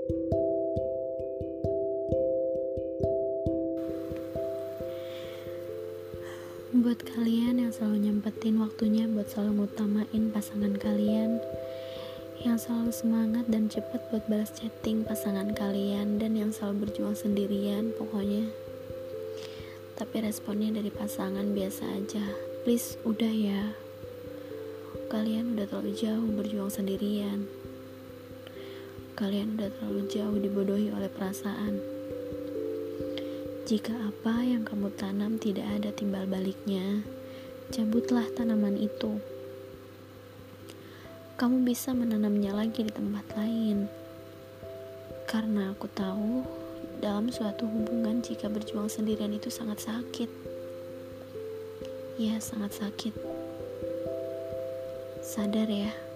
Buat kalian yang selalu nyempetin waktunya buat selalu ngutamain pasangan kalian, yang selalu semangat dan cepet buat balas chatting pasangan kalian, dan yang selalu berjuang sendirian pokoknya. Tapi responnya dari pasangan biasa aja. Please, udah ya. Kalian udah terlalu jauh berjuang sendirian. Kalian udah terlalu jauh dibodohi oleh perasaan. Jika apa yang kamu tanam tidak ada timbal baliknya, cabutlah tanaman itu. Kamu bisa menanamnya lagi di tempat lain. Karena aku tahu, dalam suatu hubungan jika berjuang sendirian itu sangat sakit. Ya, sangat sakit. Sadar ya.